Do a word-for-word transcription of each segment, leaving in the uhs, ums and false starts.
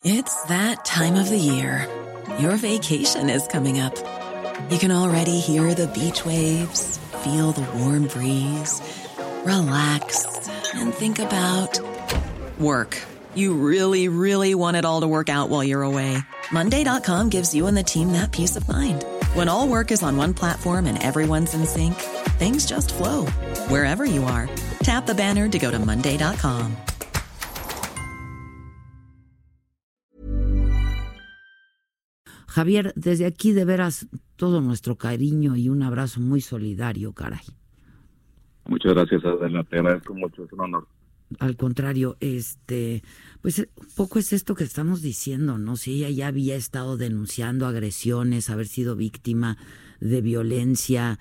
It's that time of the year. Your vacation is coming up. You can already hear the beach waves, feel the warm breeze, relax, and think about work. You really, really want it all to work out while you're away. Monday dot com gives you and the team that peace of mind. When all work is on one platform and everyone's in sync, things just flow. Wherever you are, tap the banner to go to Monday dot com. Javier, desde aquí de veras todo nuestro cariño y un abrazo muy solidario, caray. Muchas gracias, Adela, te agradezco mucho, es un honor. Al contrario, este, pues un poco es esto que estamos diciendo, ¿no? Si ella ya había estado denunciando agresiones, haber sido víctima de violencia,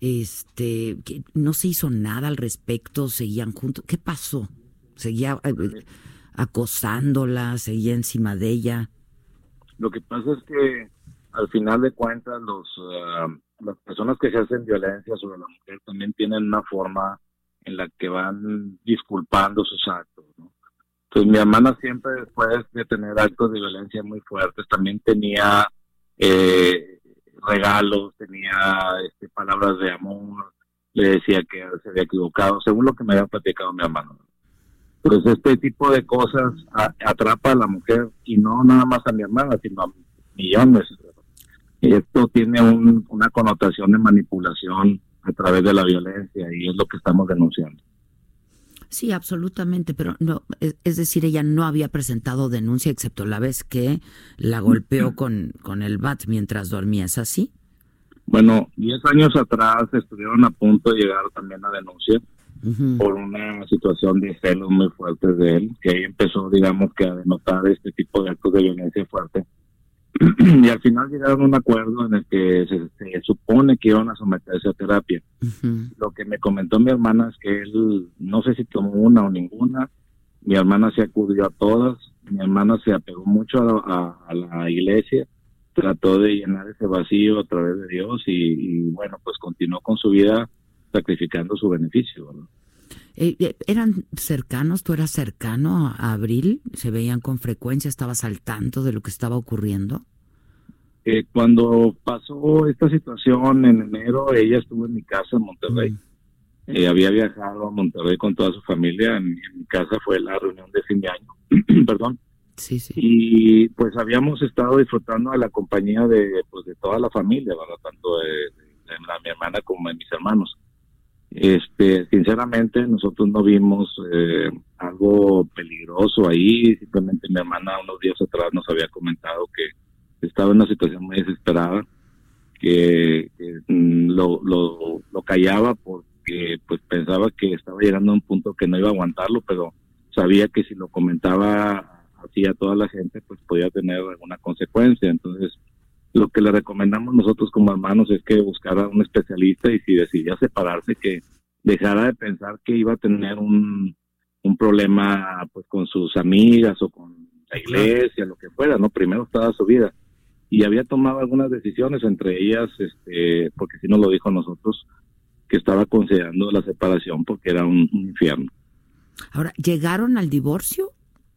este, que no se hizo nada al respecto, seguían juntos. ¿Qué pasó? ¿Seguía eh, acosándola, seguía encima de ella? Lo que pasa es que al final de cuentas los uh, las personas que ejercen violencia sobre la mujer también tienen una forma en la que van disculpando sus actos, ¿no? Entonces mi hermana siempre, después de tener actos de violencia muy fuertes, también tenía eh, regalos, tenía este, palabras de amor, le decía que se había equivocado, según lo que me había platicado mi hermano. Pues este tipo de cosas a, atrapa a la mujer, y no nada más a mi hermana, sino a millones. Y esto tiene un, una connotación de manipulación a través de la violencia, y es lo que estamos denunciando. Sí, absolutamente, pero no, es, es decir, ella no había presentado denuncia excepto la vez que la golpeó con, con el bat mientras dormía, ¿es así? Bueno, diez años atrás estuvieron a punto de llegar también a denuncia uh-huh. por una situación de celos muy fuertes de él, que ahí empezó, digamos, que a denotar este tipo de actos de violencia fuerte. Y al final llegaron a un acuerdo en el que se, se supone que iban a someterse a terapia. Uh-huh. Lo que me comentó mi hermana es que él, no sé si tomó una o ninguna, mi hermana se acudió a todas, mi hermana se apegó mucho a, a, a la iglesia, trató de llenar ese vacío a través de Dios y, y bueno, pues continuó con su vida sacrificando su beneficio, ¿verdad? Eh, ¿Eran cercanos? ¿Tú eras cercano a Abril? ¿Se veían con frecuencia? ¿Estabas al tanto de lo que estaba ocurriendo? Eh, cuando pasó esta situación en enero, ella estuvo en mi casa en Monterrey. Mm. Eh, había viajado a Monterrey con toda su familia. En, en mi casa fue la reunión de fin de año. Perdón. Sí, sí. Y pues habíamos estado disfrutando de la compañía de, pues, de toda la familia, ¿verdad? Tanto de, de, de la, mi hermana como de mis hermanos. Este, sinceramente nosotros no vimos eh, algo peligroso ahí, simplemente mi hermana unos días atrás nos había comentado que estaba en una situación muy desesperada, que, que mm, lo, lo, lo callaba porque pues pensaba que estaba llegando a un punto que no iba a aguantarlo, pero sabía que si lo comentaba así a toda la gente pues podía tener alguna consecuencia. Entonces lo que le recomendamos nosotros como hermanos es que buscara un especialista, y si decidía separarse, que dejara de pensar que iba a tener un, un problema pues con sus amigas o con la iglesia, lo que fuera, ¿no? Primero estaba su vida. Y había tomado algunas decisiones, entre ellas, este, porque sí nos lo dijo a nosotros, que estaba considerando la separación porque era un, un infierno. Ahora, ¿llegaron al divorcio?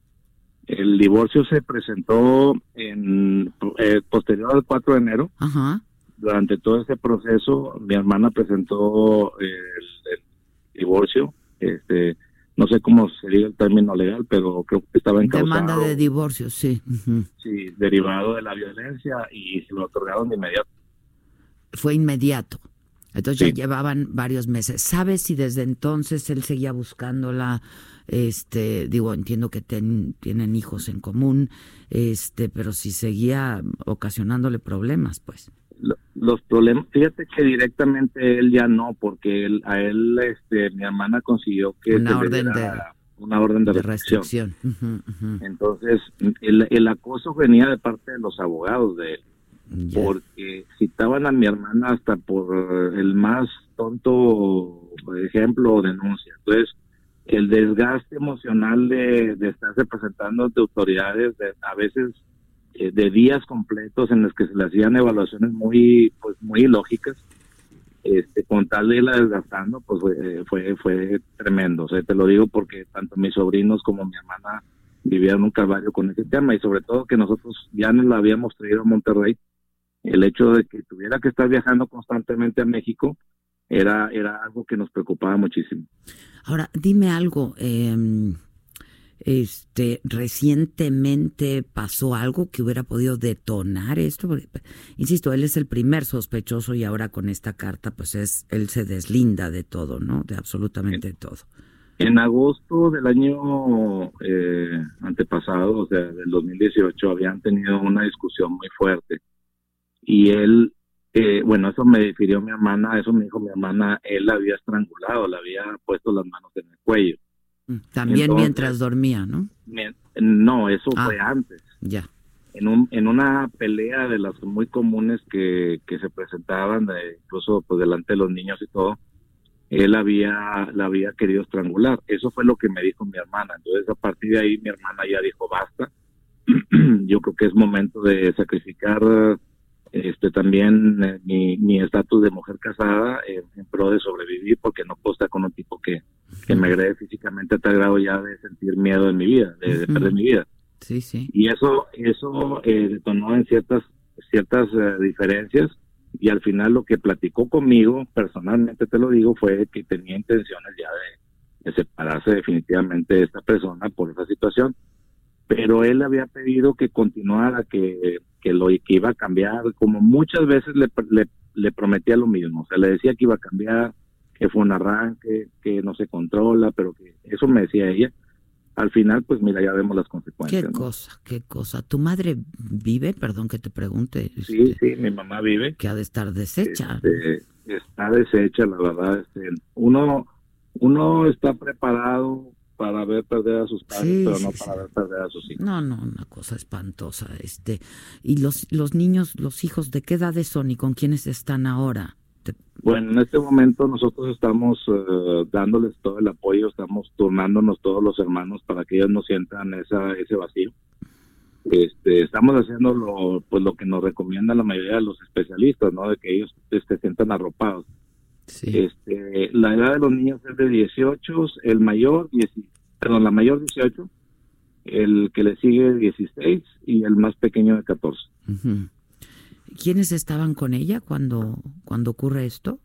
El divorcio se presentó en eh, posterior al cuatro de enero. Ajá. Durante todo ese proceso, mi hermana presentó el, el divorcio. Este, no sé cómo sería el término legal, pero creo que estaba encausado. Demanda de divorcio, sí. Uh-huh. Sí, derivado de la violencia, y se lo otorgaron de inmediato. Fue inmediato. Entonces sí. Ya llevaban varios meses. ¿Sabes si desde entonces él seguía buscándola? Este, digo, entiendo que ten, tienen hijos en común, este, pero si seguía ocasionándole problemas, pues. Los problemas, fíjate que directamente él ya no, porque él, a él, este, mi hermana consiguió que una orden de una orden de, de restricción. restricción. Uh-huh, uh-huh. Entonces, el, el acoso venía de parte de los abogados de él. Yeah. Porque citaban a mi hermana hasta por el más tonto ejemplo o denuncia. Entonces, el desgaste emocional de, de estarse presentando ante autoridades, de, a veces eh, de días completos en los que se le hacían evaluaciones muy pues muy ilógicas, este, con tal de irla desgastando, pues fue, fue, fue tremendo. O sea, te lo digo porque tanto mis sobrinos como mi hermana vivieron un calvario con ese tema, y sobre todo que nosotros ya nos la habíamos traído a Monterrey. El hecho de que tuviera que estar viajando constantemente a México era, era algo que nos preocupaba muchísimo. Ahora, dime algo, eh, este, recientemente pasó algo que hubiera podido detonar esto, porque, insisto, él es el primer sospechoso y ahora con esta carta, pues es, él se deslinda de todo, ¿no? De absolutamente todo. En agosto del año eh, antepasado, o sea, del dos mil dieciocho, habían tenido una discusión muy fuerte. Y él, eh, bueno, eso me refirió mi hermana, eso me dijo mi hermana, él la había estrangulado, le había puesto las manos en el cuello. También Entonces, mientras dormía, ¿no? No, eso ah, fue antes. Ya. En un en una pelea de las muy comunes que, que se presentaban, de, incluso pues delante de los niños y todo, él había la había querido estrangular. Eso fue lo que me dijo mi hermana. Entonces, a partir de ahí, mi hermana ya dijo, basta. Yo creo que es momento de sacrificar este también eh, mi mi estatus de mujer casada eh, en pro de sobrevivir, porque no puedo estar con un tipo que, que me agrede físicamente a tal grado ya de sentir miedo en mi vida, de, de perder mi vida. Sí, sí. Y eso eso eh, detonó en ciertas ciertas eh, diferencias, y al final lo que platicó conmigo, personalmente te lo digo, fue que tenía intenciones ya de, de separarse definitivamente de esta persona por esa situación, pero él había pedido que continuara, que, que lo que iba a cambiar, como muchas veces le, le, le prometía lo mismo, o sea, le decía que iba a cambiar, que fue un arranque, que no se controla, pero que eso me decía ella. Al final, pues mira, ya vemos las consecuencias. Qué ¿no? cosa, qué cosa. ¿Tu madre vive? Perdón que te pregunte. Sí, este, sí, mi mamá vive. Que ha de estar deshecha. Este, está deshecha, la verdad. Este, uno, uno está preparado para ver perder a sus padres, sí, pero sí, no sí. para ver perder a sus hijos. No, no, una cosa espantosa. Este, y los, los niños, los hijos, ¿de qué edades son y con quiénes están ahora? Te... Bueno, en este momento nosotros estamos uh, dándoles todo el apoyo, estamos turnándonos todos los hermanos para que ellos no sientan esa, ese vacío. Este, estamos haciendo lo, pues lo que nos recomienda la mayoría de los especialistas, ¿no? De que ellos se sientan arropados. Sí. Este, la edad de los niños es de dieciocho, el mayor, diez, perdón, la mayor dieciocho, el que le sigue dieciséis y el más pequeño de catorce. Uh-huh. ¿Quiénes estaban con ella cuando, cuando ocurre esto?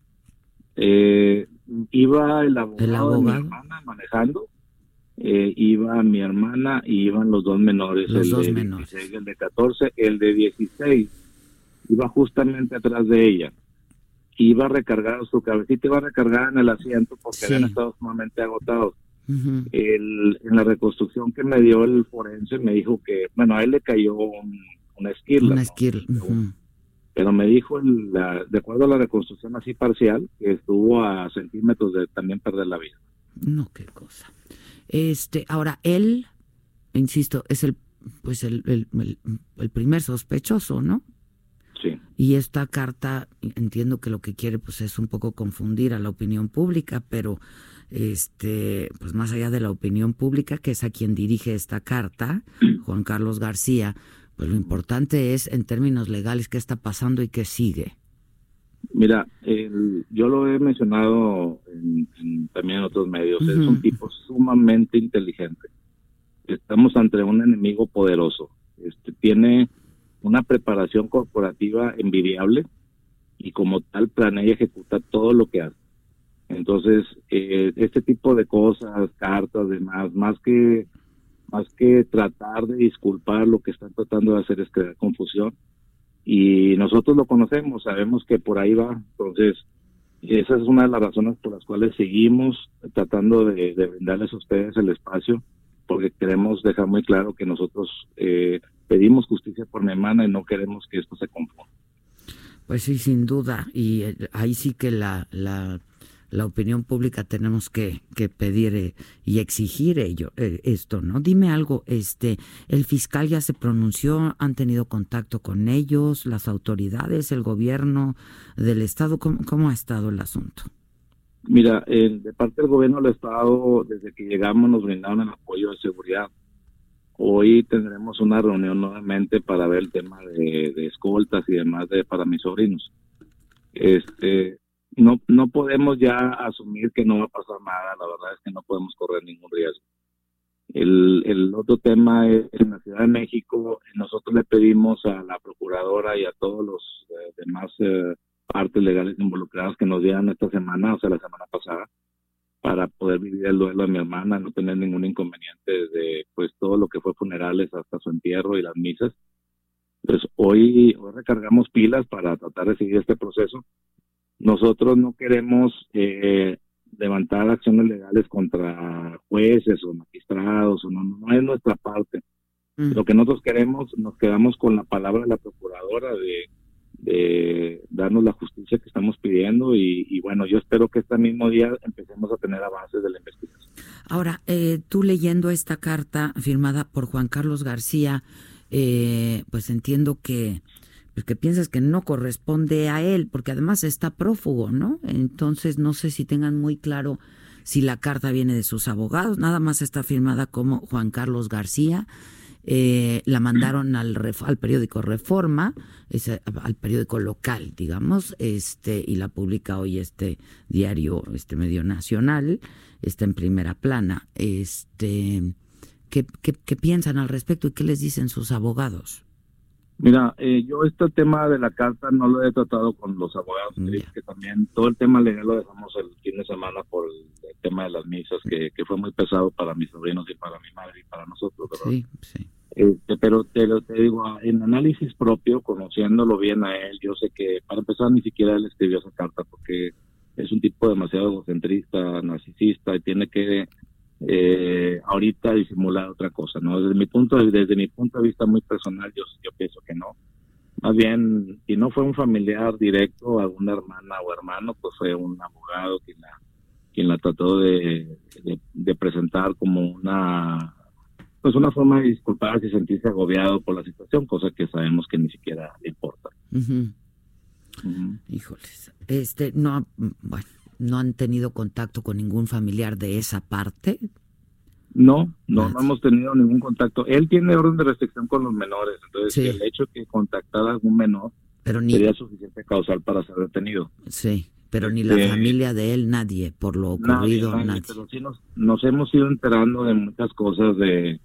Eh, iba el abogado, el abogado de mi hermana manejando, eh, iba mi hermana y iban los dos menores, los el dos de menores. dieciséis y el de catorce, el de dieciséis iba justamente atrás de ella. Iba a recargar su cabecita, iba a recargar en el asiento porque sí. habían estado sumamente agotados. Uh-huh. El, en la reconstrucción que me dio el forense me dijo que, bueno, a él le cayó un, una esquirla. Una esquirla. ¿no? Uh-huh. Pero me dijo, el, la, de acuerdo a la reconstrucción así parcial, que estuvo a centímetros de también perder la vida. No, qué cosa. Este, ahora, él, insisto, es el, pues el, el, el, el primer sospechoso, ¿no? Sí. Y esta carta, entiendo que lo que quiere pues es un poco confundir a la opinión pública, pero este, pues más allá de la opinión pública, que es a quien dirige esta carta, Juan Carlos García, pues lo importante es en términos legales qué está pasando y qué sigue. Mira, el, yo lo he mencionado en, en, también en otros medios, uh-huh. Es un tipo sumamente inteligente. Estamos ante un enemigo poderoso. Este tiene una preparación corporativa envidiable y como tal planea y ejecuta todo lo que hace. Entonces, eh, este tipo de cosas, cartas, demás, más que más que tratar de disculpar, lo que están tratando de hacer es crear confusión. Y nosotros lo conocemos, sabemos que por ahí va. Entonces, esa es una de las razones por las cuales seguimos tratando de, de brindarles a ustedes el espacio, porque queremos dejar muy claro que nosotros eh, pedimos justicia por mi hermana y no queremos que esto se confunda. Pues sí, sin duda, y ahí sí que la la, la opinión pública tenemos que, que pedir eh, y exigir ello eh, esto, ¿no? Dime algo, este, el fiscal ya se pronunció, han tenido contacto con ellos, las autoridades, el gobierno del estado, ¿cómo, cómo ha estado el asunto? Mira, eh, de parte del gobierno del estado, desde que llegamos nos brindaron el apoyo de seguridad. Hoy tendremos una reunión nuevamente para ver el tema de, de escoltas y demás de para mis sobrinos. Este, no no podemos ya asumir que no va a pasar nada, la verdad es que no podemos correr ningún riesgo. El, el otro tema es en la Ciudad de México. Nosotros le pedimos a la procuradora y a todos los eh, demás eh, partes legales involucradas que nos dieran esta semana, o sea, la semana pasada, para poder vivir el duelo de mi hermana, no tener ningún inconveniente desde pues todo lo que fue funerales hasta su entierro y las misas. Pues hoy, hoy recargamos pilas para tratar de seguir este proceso. Nosotros no queremos eh, levantar acciones legales contra jueces o magistrados, o no, no es nuestra parte. Mm. Lo que nosotros queremos, nos quedamos con la palabra de la procuradora de, de darnos la justicia que estamos pidiendo y, y bueno, yo espero que este mismo día empecemos a tener avances de la investigación. Ahora, eh, tú leyendo esta carta firmada por Juan Carlos García, eh, pues entiendo que pues que piensas que no corresponde a él, porque además está prófugo, ¿no? Entonces no sé si tengan muy claro si la carta viene de sus abogados, nada más está firmada como Juan Carlos García, eh, la mandaron al, al periódico Reforma, es, al periódico local, digamos, este y la publica hoy este diario, este medio nacional, está en primera plana. Este, ¿qué, qué, qué piensan al respecto y qué les dicen sus abogados? Mira, eh, yo este tema de la carta no lo he tratado con los abogados, yeah. que también todo el tema legal lo dejamos el fin de semana por el, el tema de las misas, que, que fue muy pesado para mis sobrinos y para mi madre y para nosotros, ¿verdad? Sí, sí. Este, pero te, te digo, en análisis propio, conociéndolo bien a él, yo sé que para empezar ni siquiera él escribió esa carta porque es un tipo demasiado egocentrista, narcisista y tiene que eh, ahorita disimular otra cosa, ¿no? Desde mi punto de, desde mi punto de vista muy personal, yo, yo pienso que no. Más bien, si no fue un familiar directo, alguna hermana o hermano, pues fue un abogado quien la, quien la trató de, de, de presentar como una, pues una forma de disculparse y sentirse agobiado por la situación, cosa que sabemos que ni siquiera le importa. Uh-huh. Uh-huh. Híjoles, este, no, bueno. ¿No han tenido contacto con ningún familiar de esa parte? No, no, no hemos tenido ningún contacto. Él tiene orden de restricción con los menores, entonces sí. El hecho de que contactara a algún menor pero ni, sería suficiente causal para ser detenido. Sí, pero ni la eh, familia de él, nadie, por lo ocurrido, nadie. nadie. Pero sí nos, nos hemos ido enterando de muchas cosas de,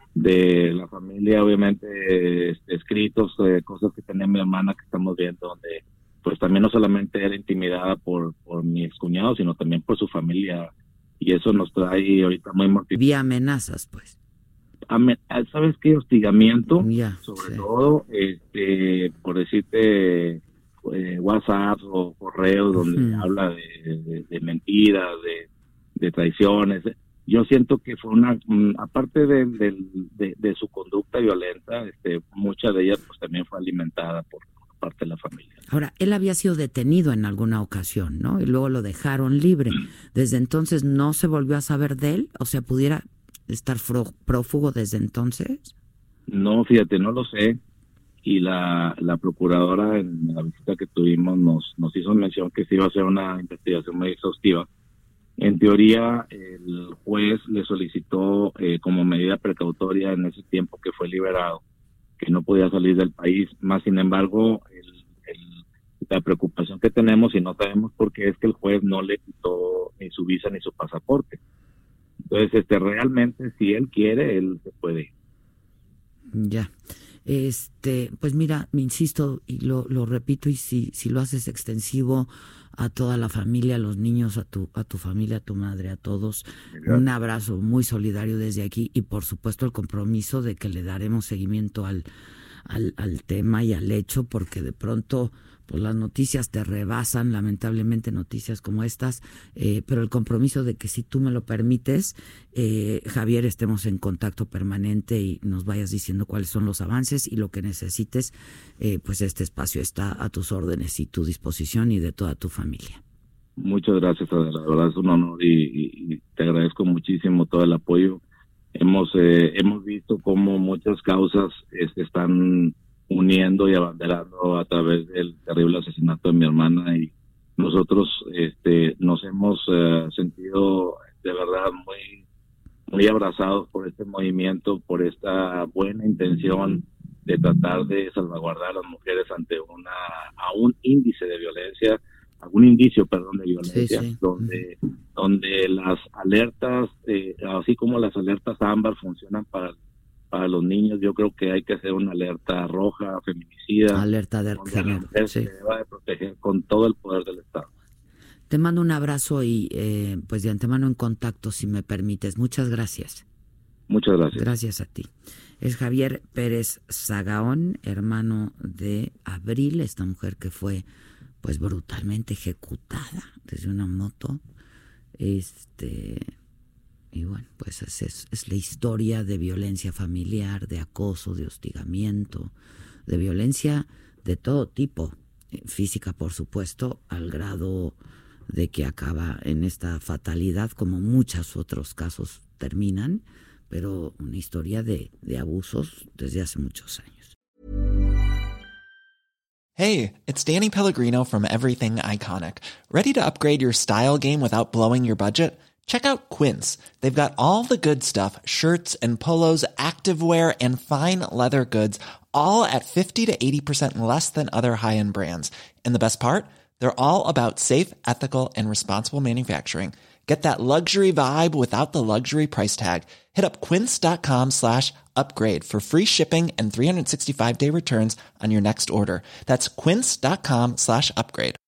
de la familia, obviamente, este, escritos, eh, cosas que tenía mi hermana que estamos viendo, donde pues también no solamente era intimidada por, por mi excuñado, sino también por su familia, y eso nos trae ahorita muy mortificado. Vía amenazas, pues. Amen- ¿Sabes qué? Hostigamiento, ya, sobre sí. todo, este, por decirte, eh, WhatsApp o correos donde uh-huh. habla de, de, de mentiras, de, de traiciones. Yo siento que fue una, aparte de, de, de, de su conducta violenta, este, mucha de ella pues también fue alimentada por parte de la familia. Ahora, él había sido detenido en alguna ocasión, ¿no? Y luego lo dejaron libre. Desde entonces no se volvió a saber de él, o sea, pudiera estar fro- prófugo desde entonces. No, fíjate, no lo sé. Y la, la procuradora en la visita que tuvimos nos, nos hizo mención que se iba a hacer una investigación muy exhaustiva. En teoría, el juez le solicitó eh, como medida precautoria en ese tiempo que fue liberado, que no podía salir del país. Más sin embargo, el, el, la preocupación que tenemos y no sabemos por qué es que el juez no le quitó ni su visa ni su pasaporte. Entonces, este, realmente, si él quiere, él se puede. Ya. Este, pues mira, me insisto y lo, lo repito, y si, si lo haces extensivo a toda la familia, a los niños, a tu, a tu familia, a tu madre, a todos, Gracias. Un abrazo muy solidario desde aquí y por supuesto el compromiso de que le daremos seguimiento al, al, al tema y al hecho, porque de pronto pues las noticias te rebasan, lamentablemente noticias como estas, eh, pero el compromiso de que si tú me lo permites, eh, Javier, estemos en contacto permanente y nos vayas diciendo cuáles son los avances y lo que necesites, eh, pues este espacio está a tus órdenes y tu disposición y de toda tu familia. Muchas gracias, Adela, la verdad es un honor y, y, y te agradezco muchísimo todo el apoyo. Hemos eh, hemos visto cómo muchas causas este, están uniendo y abanderando a través del terrible asesinato de mi hermana y nosotros este nos hemos uh, sentido de verdad muy muy abrazados por este movimiento, por esta buena intención de tratar de salvaguardar a las mujeres ante una a un índice de violencia algún indicio, perdón, de violencia, sí, sí. donde uh-huh. donde las alertas, eh, así como las alertas ámbar funcionan para para los niños, yo creo que hay que hacer una alerta roja, feminicida, alerta de género, sí. Se deba de proteger con todo el poder del Estado. Te mando un abrazo y eh, pues de antemano en contacto, si me permites. Muchas gracias. Muchas gracias. Gracias a ti. Es Javier Pérez Zagaón, hermano de Abril, esta mujer que fue pues brutalmente ejecutada desde una moto. Este y bueno, pues es, es, es la historia de violencia familiar, de acoso, de hostigamiento, de violencia de todo tipo, física por supuesto, al grado de que acaba en esta fatalidad, como muchos otros casos terminan, pero una historia de, de abusos desde hace muchos años. Hey, it's Danny Pellegrino from Everything Iconic. Ready to upgrade your style game without blowing your budget? Check out Quince. They've got all the good stuff, shirts and polos, activewear, and fine leather goods, all at fifty to eighty percent less than other high-end brands. And the best part? They're all about safe, ethical, and responsible manufacturing. Get that luxury vibe without the luxury price tag. Hit up quince.com slash upgrade for free shipping and three sixty-five day returns on your next order. That's quince.com slash upgrade.